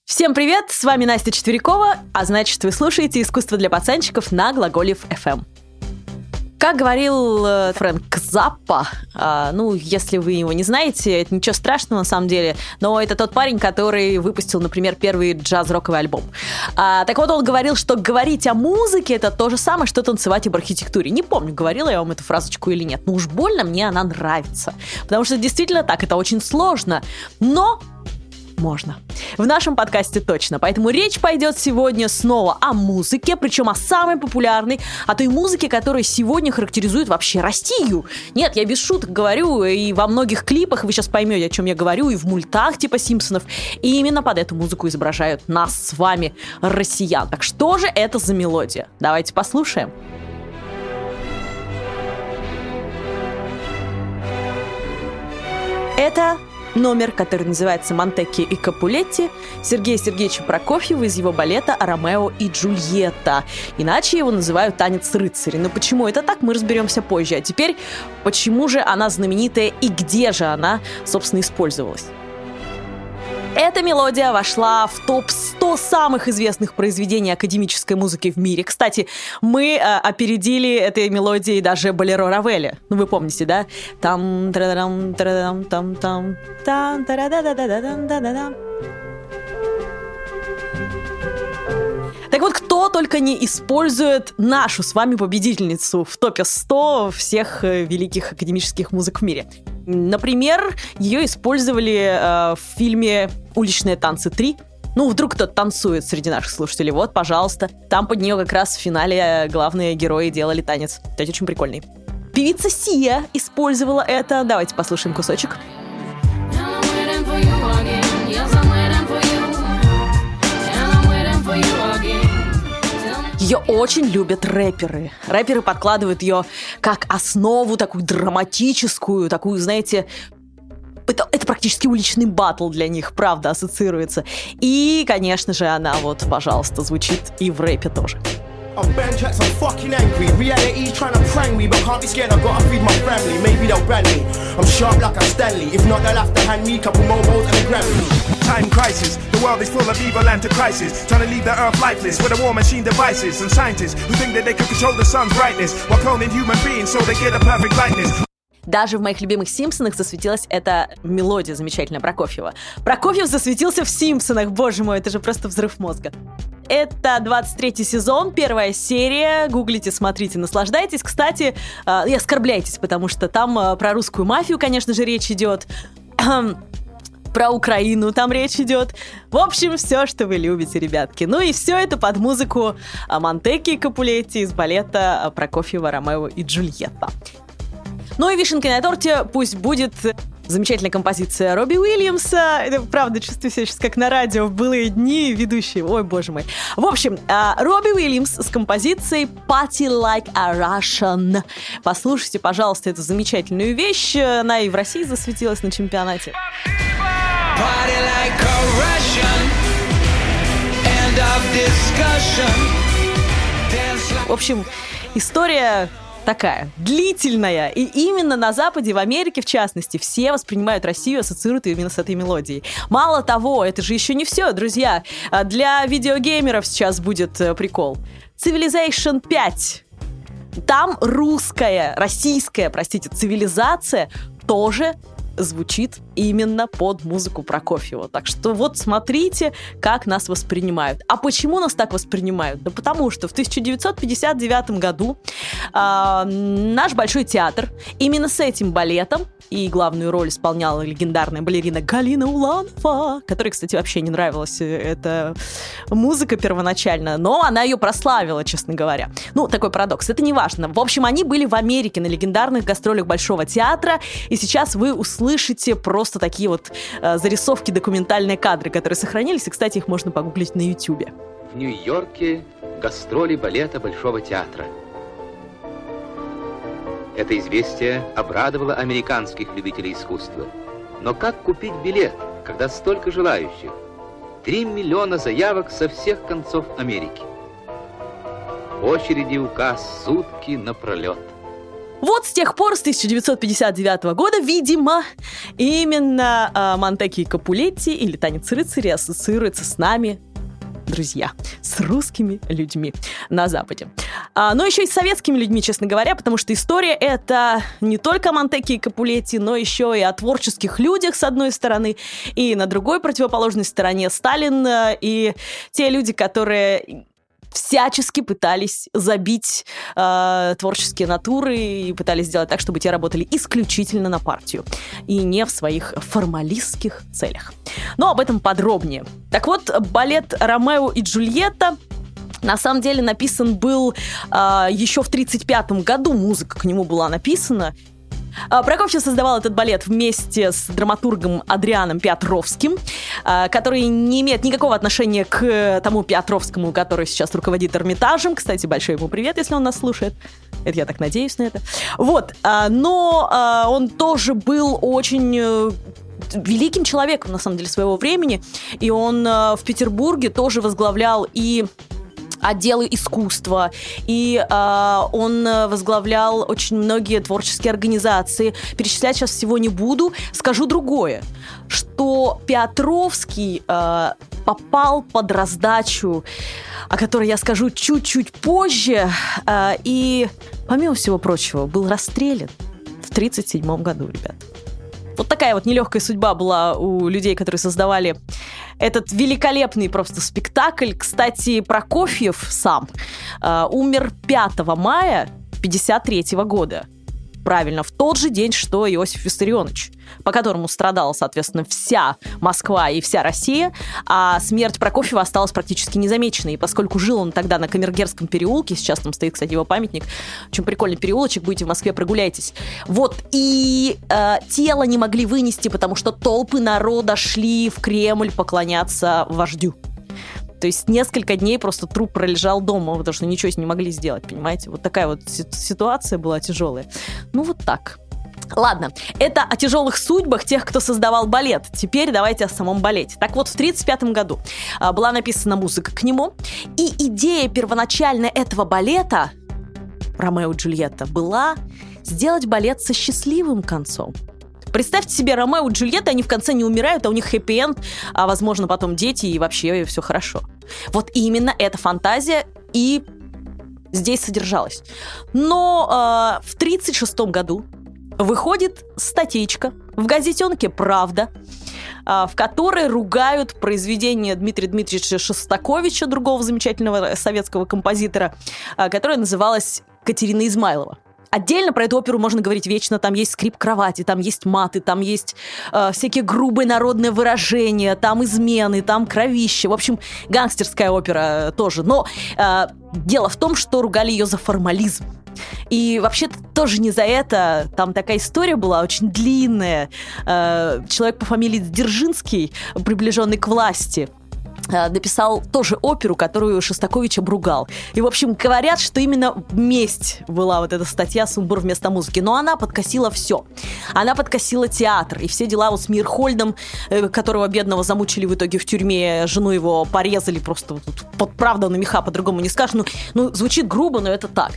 Всем привет, с вами Настя Четверякова, а значит, вы слушаете «Искусство для пацанчиков» на Глаголев FM. Как говорил Фрэнк Заппа, если вы его не знаете, это ничего страшного на самом деле, но это тот парень, который выпустил, например, первый джаз-роковый альбом. Так вот, он говорил, что говорить о музыке — это то же самое, что танцевать об архитектуре. Не помню, говорила я вам эту фразочку или нет, но уж больно мне она нравится, потому что действительно так, это очень сложно, но можно. В нашем подкасте точно. Поэтому речь пойдет сегодня снова о музыке, причем о самой популярной, о той музыке, которая сегодня характеризует вообще Россию. Нет, я без шуток говорю, и во многих клипах вы сейчас поймете, о чем я говорю, и в мультах типа «Симпсонов». И именно под эту музыку изображают нас с вами, россиян. Так что же это за мелодия? Давайте послушаем. Это номер, который называется «Монтекки и Капулетти» Сергея Сергеевича Прокофьева из его балета «Ромео и Джульетта». Иначе его называют «Танец рыцарей». Но почему это так, мы разберемся позже. А теперь, почему же она знаменитая и где же она, собственно, использовалась? Эта мелодия вошла в топ-100 самых известных произведений академической музыки в мире. Кстати, мы опередили этой мелодией даже «Болеро» Равеля. Ну, вы помните, да? Там тарадам тарадам там там там тарададададададададам. Так вот, кто только не использует нашу с вами победительницу в топе 100 всех великих академических музык в мире. Например, ее использовали в фильме «Уличные танцы 3». Ну, вдруг кто-то танцует среди наших слушателей. Вот, пожалуйста. Там под нее как раз в финале главные герои делали танец. Кстати, очень прикольный. Певица Сия использовала это. Давайте послушаем кусочек. Ее очень любят рэперы. Рэперы подкладывают ее как основу, такую драматическую, такую, знаете, это практически уличный баттл для них, правда, ассоциируется. И, конечно же, она вот, пожалуйста, звучит и в рэпе тоже. I'm ban tracks, I'm fucking angry. Reality's trying to prank me, but can't be scared, I've gotta feed my family. Maybe they'll ban me. I'm sharp like a Stanley. If not, they'll have to hand me a couple more balls and a Grammy. Time crisis, the world is full of evil and to crisis. Trying to leave the earth lifeless with a war machine devices and scientists who think that they can control the sun's brightness while cloning human beings so they get a perfect likeness. Даже в моих любимых «Симпсонах» засветилась эта мелодия замечательная Прокофьева. Прокофьев засветился в «Симпсонах», боже мой, это же просто взрыв мозга. Это 23-й сезон, первая серия. Гуглите, смотрите, наслаждайтесь. Кстати, и оскорбляйтесь, потому что там про русскую мафию, конечно же, речь идет. Про Украину там речь идет. В общем, все, что вы любите, ребятки. Ну и все это под музыку Монтекки и Капулетти из балета Прокофьева «Ромео и Джульетта». Ну и вишенкой на торте пусть будет замечательная композиция Робби Уильямса. Это, правда, чувствую себя сейчас как на радио в былые дни ведущие. Ой, боже мой. В общем, Робби Уильямс с композицией «Party Like a Russian». Послушайте, пожалуйста, эту замечательную вещь. Она и в России засветилась на чемпионате. Party like a Russian. End of discussion. В общем, история такая, длительная. И именно на Западе, в Америке в частности, все воспринимают Россию, ассоциируют ее именно с этой мелодией. Мало того, это же еще не все, друзья. Для видеогеймеров сейчас будет прикол. Civilization 5. Там российская, цивилизация тоже звучит именно под музыку Прокофьева. Так что вот смотрите, как нас воспринимают. А почему нас так воспринимают? Да потому что в 1959 году наш Большой театр именно с этим балетом, и главную роль исполняла легендарная балерина Галина Уланова, которой, кстати, вообще не нравилась эта музыка первоначально, но она ее прославила, честно говоря. Ну, такой парадокс, это не важно. В общем, они были в Америке на легендарных гастролях Большого театра, и сейчас вы услышите просто такие вот зарисовки, документальные кадры, которые сохранились, и, кстати, их можно погуглить на Ютубе. В Нью-Йорке гастроли балета Большого театра. Это известие обрадовало американских любителей искусства. Но как купить билет, когда столько желающих? 3 миллиона заявок со всех концов Америки. Очереди указ сутки напролет. Вот с тех пор, с 1959 года, видимо, именно Монтеки и Капулетти или «Танец рыцаря» ассоциируется с нами, друзья, с русскими людьми на Западе. Но еще и с советскими людьми, честно говоря, потому что история это не только о Монтеки и Капулетти, но еще и о творческих людях, с одной стороны, и на другой противоположной стороне Сталин и те люди, которые всячески пытались забить творческие натуры и пытались сделать так, чтобы те работали исключительно на партию и не в своих формалистских целях. Но об этом подробнее. Так вот, балет «Ромео и Джульетта» на самом деле написан был еще в 1935 году, музыка к нему была написана. Прокофьев создавал этот балет вместе с драматургом Адрианом Петровским, который не имеет никакого отношения к тому Петровскому, который сейчас руководит Эрмитажем. Кстати, большой ему привет, если он нас слушает. Это я так надеюсь на это. Вот. Но он тоже был очень великим человеком, на самом деле, своего времени. И он в Петербурге тоже возглавлял и отделы искусства, и он возглавлял очень многие творческие организации. Перечислять сейчас всего не буду. Скажу другое, что Петровский попал под раздачу, о которой я скажу чуть-чуть позже, и, помимо всего прочего, был расстрелян в 1937 году, ребят. Вот такая вот нелегкая судьба была у людей, которые создавали этот великолепный просто спектакль. Кстати, Прокофьев сам умер 5 мая 1953 года. Правильно, в тот же день, что Иосиф Виссарионович, по которому страдала, соответственно, вся Москва и вся Россия, а смерть Прокофьева осталась практически незамеченной. И поскольку жил он тогда на Камергерском переулке, сейчас там стоит, кстати, его памятник, очень прикольный переулочек, будете в Москве, прогуляйтесь. Вот, и тело не могли вынести, потому что толпы народа шли в Кремль поклоняться вождю. То есть несколько дней просто труп пролежал дома, потому что ничего с ним не могли сделать, понимаете? Вот такая вот ситуация была тяжелая. Ну, вот так. Ладно, это о тяжелых судьбах тех, кто создавал балет. Теперь давайте о самом балете. Так вот, в 1935 году была написана музыка к нему, и идея первоначальная этого балета «Ромео и Джульетта» была сделать балет со счастливым концом. Представьте себе, Ромео и Джульетта, они в конце не умирают, а у них хэппи-энд, а, возможно, потом дети, и вообще все хорошо. Вот именно эта фантазия и здесь содержалась. Но в 1936 году выходит статейка в газетенке «Правда», в которой ругают произведение Дмитрия Дмитриевича Шостаковича, другого замечательного советского композитора, которое называлось «Катерина Измайлова». Отдельно про эту оперу можно говорить вечно. Там есть скрип кровати, там есть маты, там есть всякие грубые народные выражения, там измены, там кровище. В общем, гангстерская опера тоже. Но дело в том, что ругали ее за формализм. И вообще-то тоже не за это. Там такая история была очень длинная. Человек по фамилии Дзержинский, приближенный к власти, написал тоже оперу, которую Шостакович обругал. И, в общем, говорят, что именно месть была вот эта статья «Сумбур вместо музыки». Но она подкосила все. Она подкосила театр. И все дела вот с Мейерхольдом, которого бедного замучили в итоге в тюрьме, жену его порезали просто под правду на меха, по-другому не скажешь. Ну, звучит грубо, но это так.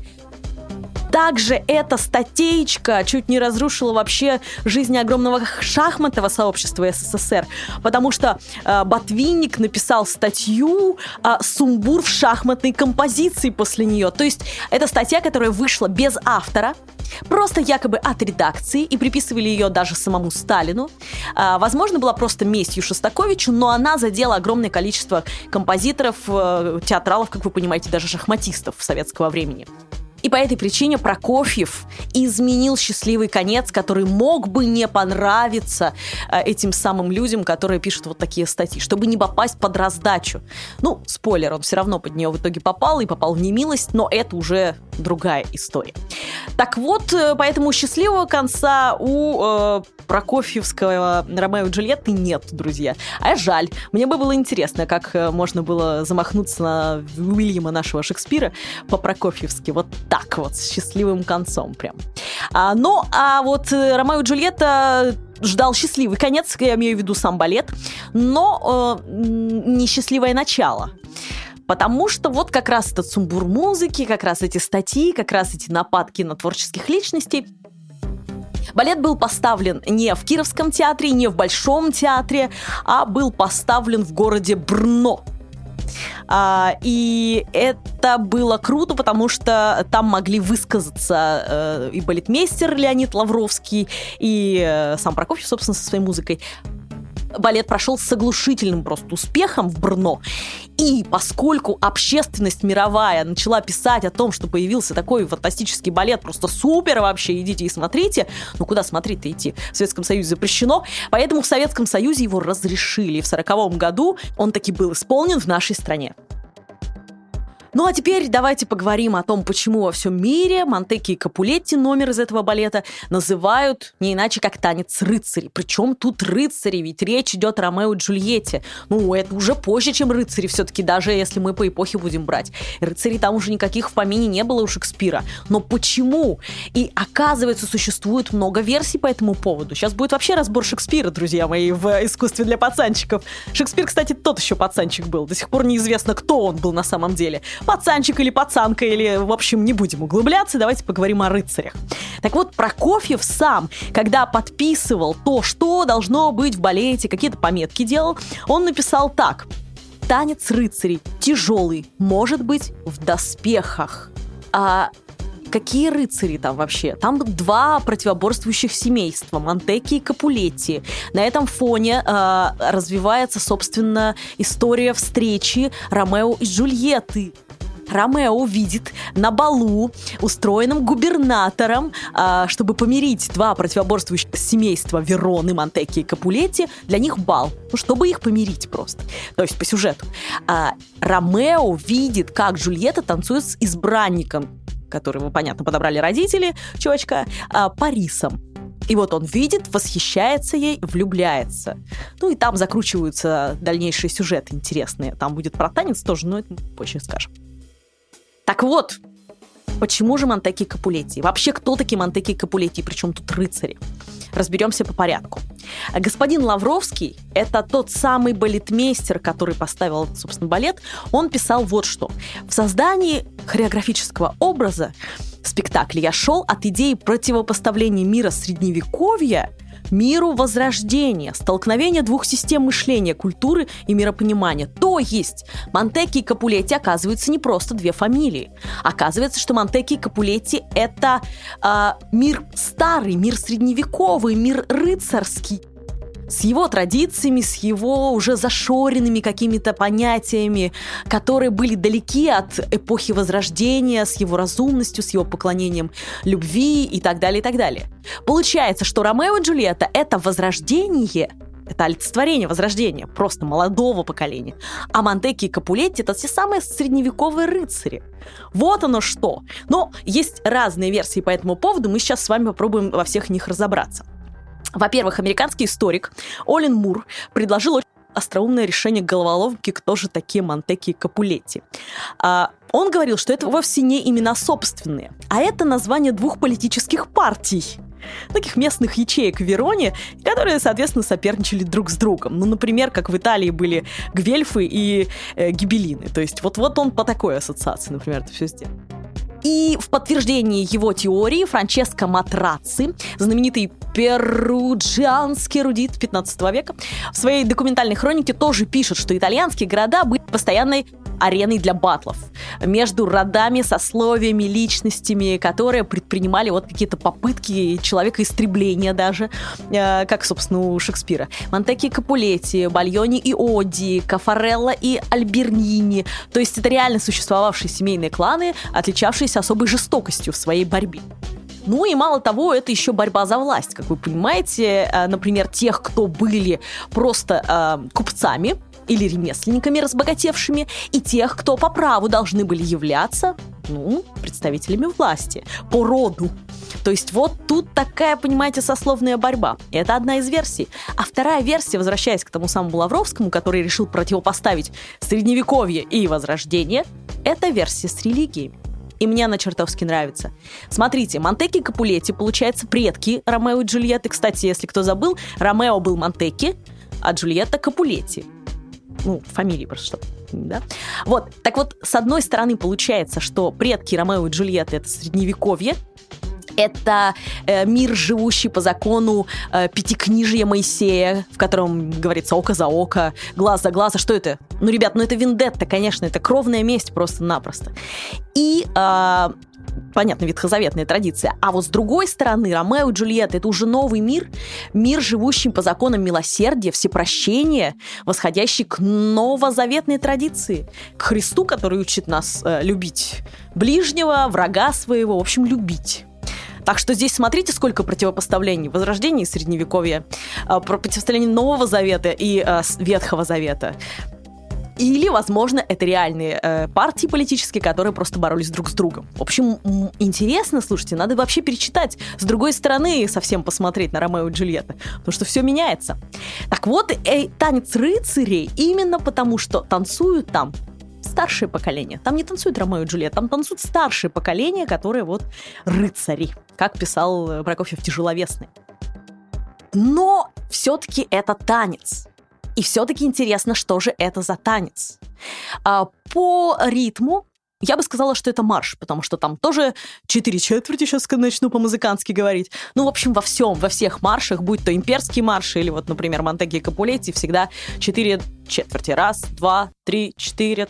Также эта статейка чуть не разрушила вообще жизнь огромного шахматного сообщества СССР, потому что Ботвинник написал статью «Сумбур в шахматной композиции» после нее. То есть это статья, которая вышла без автора, просто якобы от редакции, и приписывали ее даже самому Сталину. Возможно, была просто местью Шостаковичу, но она задела огромное количество композиторов, театралов, как вы понимаете, даже шахматистов советского времени. И по этой причине Прокофьев изменил счастливый конец, который мог бы не понравиться этим самым людям, которые пишут вот такие статьи, чтобы не попасть под раздачу. Ну, спойлер, он все равно под нее в итоге попал и попал в немилость, но это уже другая история. Так вот, поэтому счастливого конца у прокофьевского «Ромео и Джульетты» нет, друзья. А жаль. Мне бы было интересно, как можно было замахнуться на Уильяма нашего Шекспира по-прокофьевски. Вот так вот, с счастливым концом прям. А вот «Ромео и Джульетта» ждал счастливый конец, я имею в виду сам балет, но несчастливое начало. Потому что вот как раз этот сумбур музыки, как раз эти статьи, как раз эти нападки на творческих личностей. Балет был поставлен не в Кировском театре, не в Большом театре, а был поставлен в городе Брно. И это было круто, потому что там могли высказаться и балетмейстер Леонид Лавровский, и сам Прокофьев, собственно, со своей музыкой. Балет прошел с оглушительным просто успехом в Брно. И поскольку общественность мировая начала писать о том, что появился такой фантастический балет, просто супер вообще, идите и смотрите. Ну, куда смотреть-то идти? В Советском Союзе запрещено. Поэтому в Советском Союзе его разрешили. И в 1940 году он таки был исполнен в нашей стране. Ну, а теперь давайте поговорим о том, почему во всем мире Монтекки и Капулетти, номер из этого балета, называют не иначе, как танец рыцарей. Причем тут рыцари, ведь речь идет о Ромео и Джульетте. Ну, это уже позже, чем рыцари, все-таки, даже если мы по эпохе будем брать. Рыцарей там уже никаких в помине не было у Шекспира. Но почему? И оказывается, существует много версий по этому поводу. Сейчас будет вообще разбор Шекспира, друзья мои, в искусстве для пацанчиков. Шекспир, кстати, тот еще пацанчик был. До сих пор неизвестно, кто он был на самом деле. Пацанчик или пацанка, или, в общем, не будем углубляться, давайте поговорим о рыцарях. Так вот, Прокофьев сам, когда подписывал то, что должно быть в балете, какие-то пометки делал, он написал так: «Танец рыцарей тяжелый, может быть, в доспехах». А какие рыцари там вообще? Там два противоборствующих семейства, Монтекки и Капулетти. На этом фоне развивается, собственно, история встречи Ромео и Джульетты. Ромео видит на балу, устроенном губернатором, чтобы помирить два противоборствующих семейства Вероны, Монтекки и Капулетти, для них бал, чтобы их помирить просто. То есть по сюжету. Ромео видит, как Джульетта танцует с избранником, которого, понятно, подобрали родители, чувачка, Парисом. И вот он видит, восхищается ей, влюбляется. Ну и там закручиваются дальнейшие сюжеты интересные. Там будет про танец тоже, но это позже скажем. Так вот, почему же Монтекки и Капулетти? Вообще, кто такие Монтекки и Капулетти? Причем тут рыцари? Разберемся по порядку. Господин Лавровский – это тот самый балетмейстер, который поставил, собственно, балет. Он писал вот что. В создании хореографического образа спектакля я шел от идеи противопоставления мира Средневековья миру Возрождения, столкновения двух систем мышления, культуры и миропонимания. То есть Монтекки и Капулетти, оказывается, не просто две фамилии. Оказывается, что Монтекки и Капулетти – это мир старый, мир средневековый, мир рыцарский. С его традициями, с его уже зашоренными какими-то понятиями, которые были далеки от эпохи Возрождения, с его разумностью, с его поклонением любви и так далее, и так далее. Получается, что Ромео и Джульетта – это возрождение, это олицетворение возрождения, просто молодого поколения. А Монтекки и Капулетти – это те самые средневековые рыцари. Вот оно что. Но есть разные версии по этому поводу, мы сейчас с вами попробуем во всех них разобраться. Во-первых, американский историк Олин Мур предложил очень остроумное решение головоломки, кто же такие Монтекки и Капулетти. Он говорил, что это вовсе не имена собственные, а это название двух политических партий, таких местных ячеек в Вероне, которые, соответственно, соперничали друг с другом. Ну, например, как в Италии были гвельфы и гибеллины. То есть вот он по такой ассоциации, например, это все сделал. И в подтверждении его теории Франческо Матрацци, знаменитый перуджианский эрудит 15 века, в своей документальной хронике тоже пишет, что итальянские города были постоянной ареной для баттлов между родами, сословиями, личностями, которые предпринимали вот какие-то попытки человекоистребления даже, как, собственно, у Шекспира. Монтекки и Капулетти, Бальони и Оди, Кафарелло и Альбернини. То есть это реально существовавшие семейные кланы, отличавшиеся особой жестокостью в своей борьбе. Ну и мало того, это еще борьба за власть. Как вы понимаете, например, тех, кто были просто купцами или ремесленниками разбогатевшими, и тех, кто по праву должны были являться, представителями власти, по роду. То есть вот тут такая, понимаете, сословная борьба. Это одна из версий. А вторая версия, возвращаясь к тому самому Лавровскому, который решил противопоставить Средневековье и Возрождение, это версия с религией. И мне она чертовски нравится. Смотрите, Монтекки и Капулетти, получается, предки Ромео и Джульетты. Кстати, если кто забыл, Ромео был Монтекки, а Джульетта Капулетти. Фамилии просто что. Да? Вот, так вот, с одной стороны, получается, что предки Ромео и Джульетты — это средневековье, это мир, живущий по закону пятикнижия Моисея, в котором говорится око за око, глаз за глаз. А что это? Ну, ребят, это вендетта, конечно, это кровная месть просто-напросто. И... понятно, ветхозаветная традиция. А вот с другой стороны, Ромео и Джульетта — это уже новый мир, мир, живущий по законам милосердия, всепрощения, восходящий к новозаветной традиции, к Христу, который учит нас любить ближнего, врага своего, в общем, любить. Так что здесь смотрите, сколько противопоставлений. Возрождение и Средневековье, противопоставление Нового Завета и Ветхого Завета. Или, возможно, это реальные партии политические, которые просто боролись друг с другом. В общем, интересно, слушайте, надо вообще перечитать с другой стороны, совсем посмотреть на Ромео и Джульетту, потому что все меняется. Так вот, танец рыцарей именно потому, что танцуют там старшее поколение. Там не танцуют Ромео и Джульетта, там танцуют старшее поколение, которые вот рыцари, как писал Прокофьев Тяжеловесный. Но все-таки это танец. И все-таки интересно, что же это за танец. По ритму я бы сказала, что это марш, потому что там тоже 4/4, сейчас начну по-музыкански говорить. Ну, в общем, во всех маршах, будь то имперский марш или вот, например, Монтеги и Капулетти, всегда 4/4. 1, 2, 3, 4,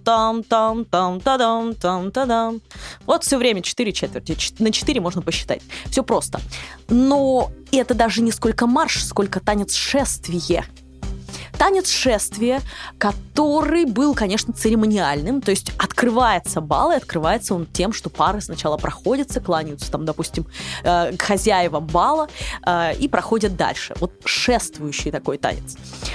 там-там-там-там-та-дам. Вот все время 4/4. На 4 можно посчитать. Все просто. Но это даже не сколько марш, сколько танец шествие. Танец шествия, который был, конечно, церемониальным, то есть открывается бал, и открывается он тем, что пары сначала проходятся, кланяются, там, допустим, к хозяевам бала и проходят дальше. Вот шествующий такой танец.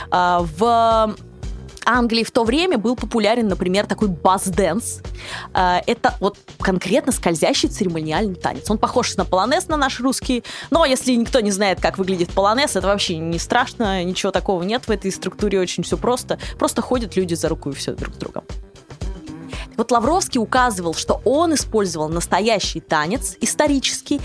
В Англии в то время был популярен, например, такой бас-дэнс. Это вот конкретно скользящий церемониальный танец. Он похож на полонез, на наш русский, но если никто не знает, как выглядит полонез, это вообще не страшно, ничего такого нет в этой структуре, очень все просто. Просто ходят люди за руку и все друг с другом. Вот Лавровский указывал, что он использовал настоящий танец, исторический,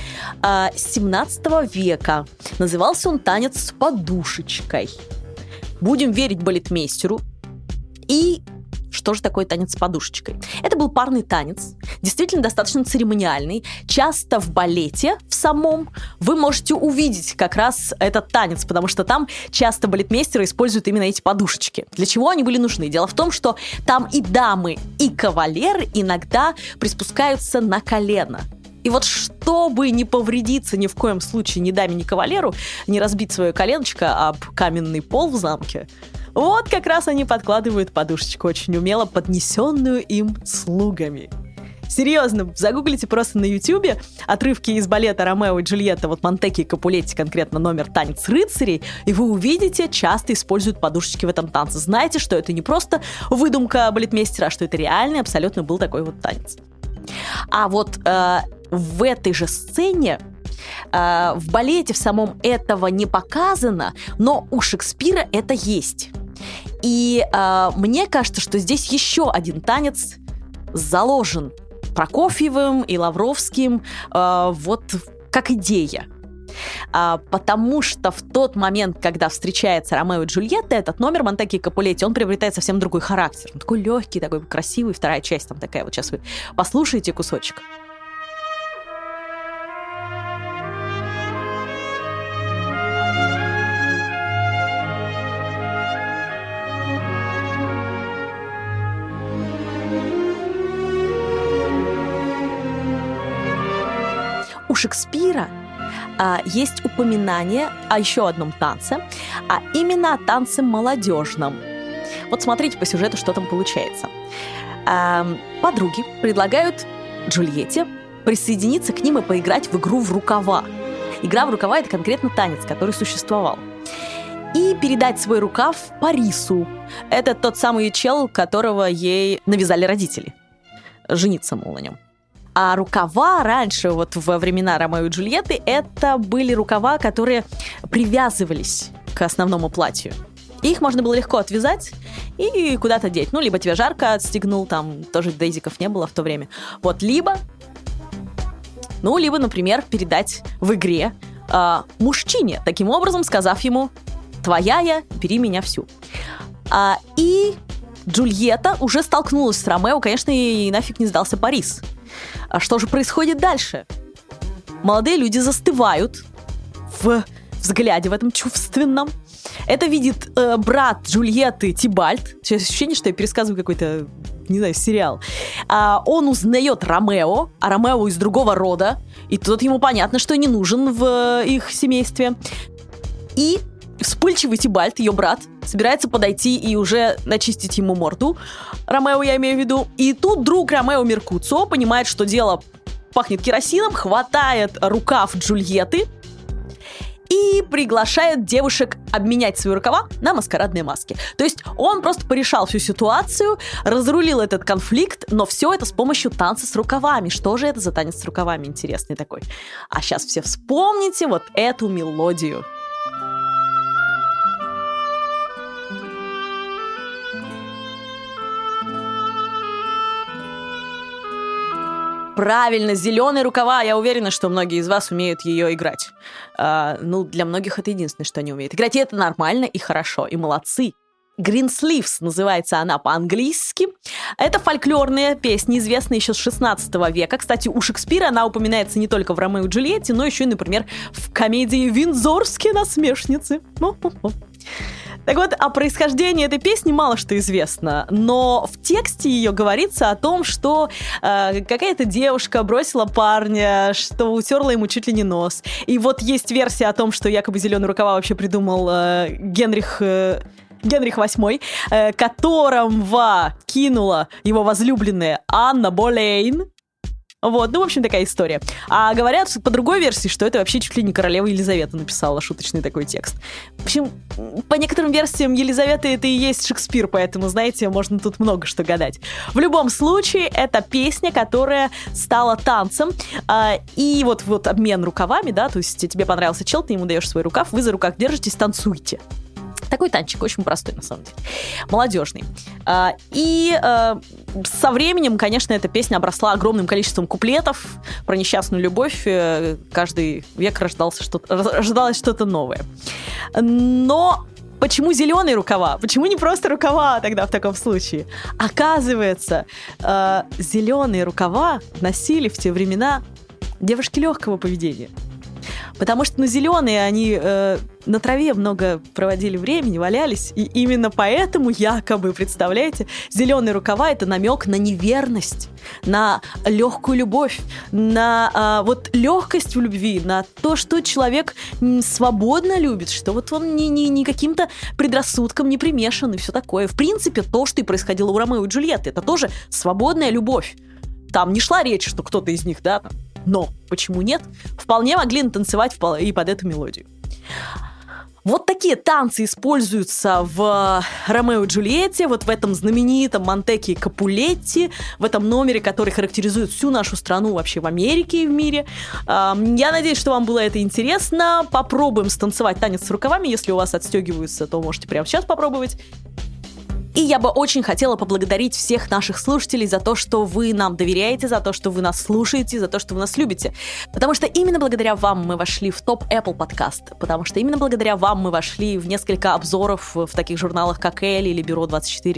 17 века. Назывался он танец с подушечкой. Будем верить балетмейстеру. И что же такое танец с подушечкой? Это был парный танец, действительно достаточно церемониальный. Часто в балете в самом вы можете увидеть как раз этот танец, потому что там часто балетмейстеры используют именно эти подушечки. Для чего они были нужны? Дело в том, что там и дамы, и кавалеры иногда приспускаются на колено. И вот чтобы не повредиться ни в коем случае ни даме, ни кавалеру, не разбить свое коленочко об каменный пол в замке, вот как раз они подкладывают подушечку, очень умело поднесенную им слугами. Серьезно, загуглите просто на Ютьюбе отрывки из балета «Ромео и Джульетта», вот Монтеги и Капулетти, конкретно номер «Танец рыцарей», и вы увидите, часто используют подушечки в этом танце. Знаете, что это не просто выдумка балетмейстера, а что это реальный абсолютно был такой вот танец. А вот в этой же сцене в балете в самом этого не показано, но у Шекспира это есть. И мне кажется, что здесь еще один танец заложен Прокофьевым и Лавровским вот как идея. Потому что в тот момент, когда встречается Ромео и Джульетта, этот номер Монтеги и Капулетти, он приобретает совсем другой характер. Он такой легкий, такой красивый. Вторая часть там такая. Вот сейчас вы послушаете кусочек. У Шекспира есть упоминание о еще одном танце, а именно о танце молодежном. Вот смотрите по сюжету, что там получается. Подруги предлагают Джульетте присоединиться к ним и поиграть в игру в рукава. Игра в рукава — это конкретно танец, который существовал. И передать свой рукав Парису. Это тот самый чел, которого ей навязали родители. Жениться, мол, на нем. А рукава раньше, вот во времена Ромео и Джульетты, это были рукава, которые привязывались к основному платью. И их можно было легко отвязать и куда-то деть. Ну, либо тебе жарко отстегнул, там тоже дейзиков не было в то время. Вот, либо, например, передать в игре мужчине, таким образом сказав ему: «Твоя я, бери меня всю». И Джульетта уже столкнулась с Ромео, конечно, и нафиг не сдался Парис. А что же происходит дальше? Молодые люди застывают в взгляде, в этом чувственном. Это видит брат Джульетты Тибальт. Сейчас ощущение, что я пересказываю какой-то, не знаю, сериал. Он узнает Ромео, а Ромео из другого рода. И тут ему понятно, что не нужен в их семействе. И вспыльчивый Тибальт, ее брат, собирается подойти и уже начистить ему морду. Ромео, я имею в виду. И тут друг Ромео Меркуцио понимает, что дело пахнет керосином, хватает рукав Джульетты и приглашает девушек обменять свои рукава на маскарадные маски. То есть он просто порешал всю ситуацию, разрулил этот конфликт, но все это с помощью танца с рукавами. Что же это за танец с рукавами интересный такой? А сейчас все вспомните вот эту мелодию. Правильно, зеленые рукава. Я уверена, что многие из вас умеют ее играть. Для многих это единственное, что они умеют играть. И это нормально, и хорошо, и молодцы. Green Sleeves называется она по-английски. Это фольклорная песня, известная еще с 16 века. Кстати, у Шекспира она упоминается не только в «Ромео и Джульетте», но еще и, например, в комедии «Виндзорские насмешницы». Так вот, о происхождении этой песни мало что известно, но в тексте ее говорится о том, что какая-то девушка бросила парня, что утерла ему чуть ли не нос. И вот есть версия о том, что якобы зеленые рукава вообще придумал Генрих VIII, которого кинула его возлюбленная Анна Болейн. Вот, в общем, такая история. А говорят по другой версии, что это вообще чуть ли не королева Елизавета написала шуточный такой текст. В общем, по некоторым версиям Елизавета это и есть Шекспир, поэтому, знаете, можно тут много что гадать. В любом случае, это песня, которая стала танцем. И вот обмен рукавами, да, то есть тебе понравился чел, ты ему даешь свой рукав, вы за рукав держитесь, танцуйте. Такой танчик, очень простой, на самом деле. Молодежный. И со временем, конечно, эта песня обросла огромным количеством куплетов про несчастную любовь. Каждый век рождалось что-то новое. Но почему зеленые рукава? Почему не просто рукава тогда в таком случае? Оказывается, зеленые рукава носили в те времена девушки легкого поведения. Потому что, зеленые, они на траве много проводили времени, валялись, и именно поэтому якобы, представляете, зеленые рукава — это намек на неверность, на легкую любовь, на легкость в любви, на то, что человек свободно любит, что вот он не каким-то предрассудкам не примешан и все такое. В принципе, то, что и происходило у Ромео и Джульетты, это тоже свободная любовь. Там не шла речь, что кто-то из них, да, но почему нет? Вполне могли натанцевать и под эту мелодию. Вот такие танцы используются в «Ромео и Джульетте», вот в этом знаменитом Монтеки и Капулетти, в этом номере, который характеризует всю нашу страну вообще в Америке и в мире. Я надеюсь, что вам было это интересно. Попробуем станцевать танец с рукавами. Если у вас отстегиваются, то можете прямо сейчас попробовать. И я бы очень хотела поблагодарить всех наших слушателей за то, что вы нам доверяете, за то, что вы нас слушаете, за то, что вы нас любите. Потому что именно благодаря вам мы вошли в топ Apple Podcast, потому что именно благодаря вам мы вошли в несколько обзоров в таких журналах, как Elle или Бюро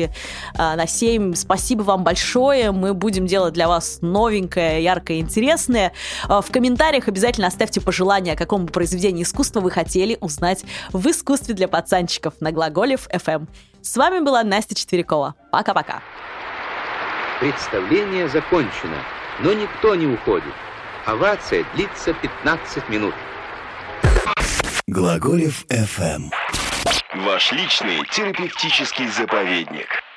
24/7. Спасибо вам большое. Мы будем делать для вас новенькое, яркое, интересное. В комментариях обязательно оставьте пожелания, о каком бы произведении искусства вы хотели узнать в искусстве для пацанчиков на Глаголев FM. С вами была Настя Четверякова. Пока-пока. Представление закончено, но никто не уходит. Овация длится 15 минут. Глаголев FM. Ваш личный терапевтический заповедник.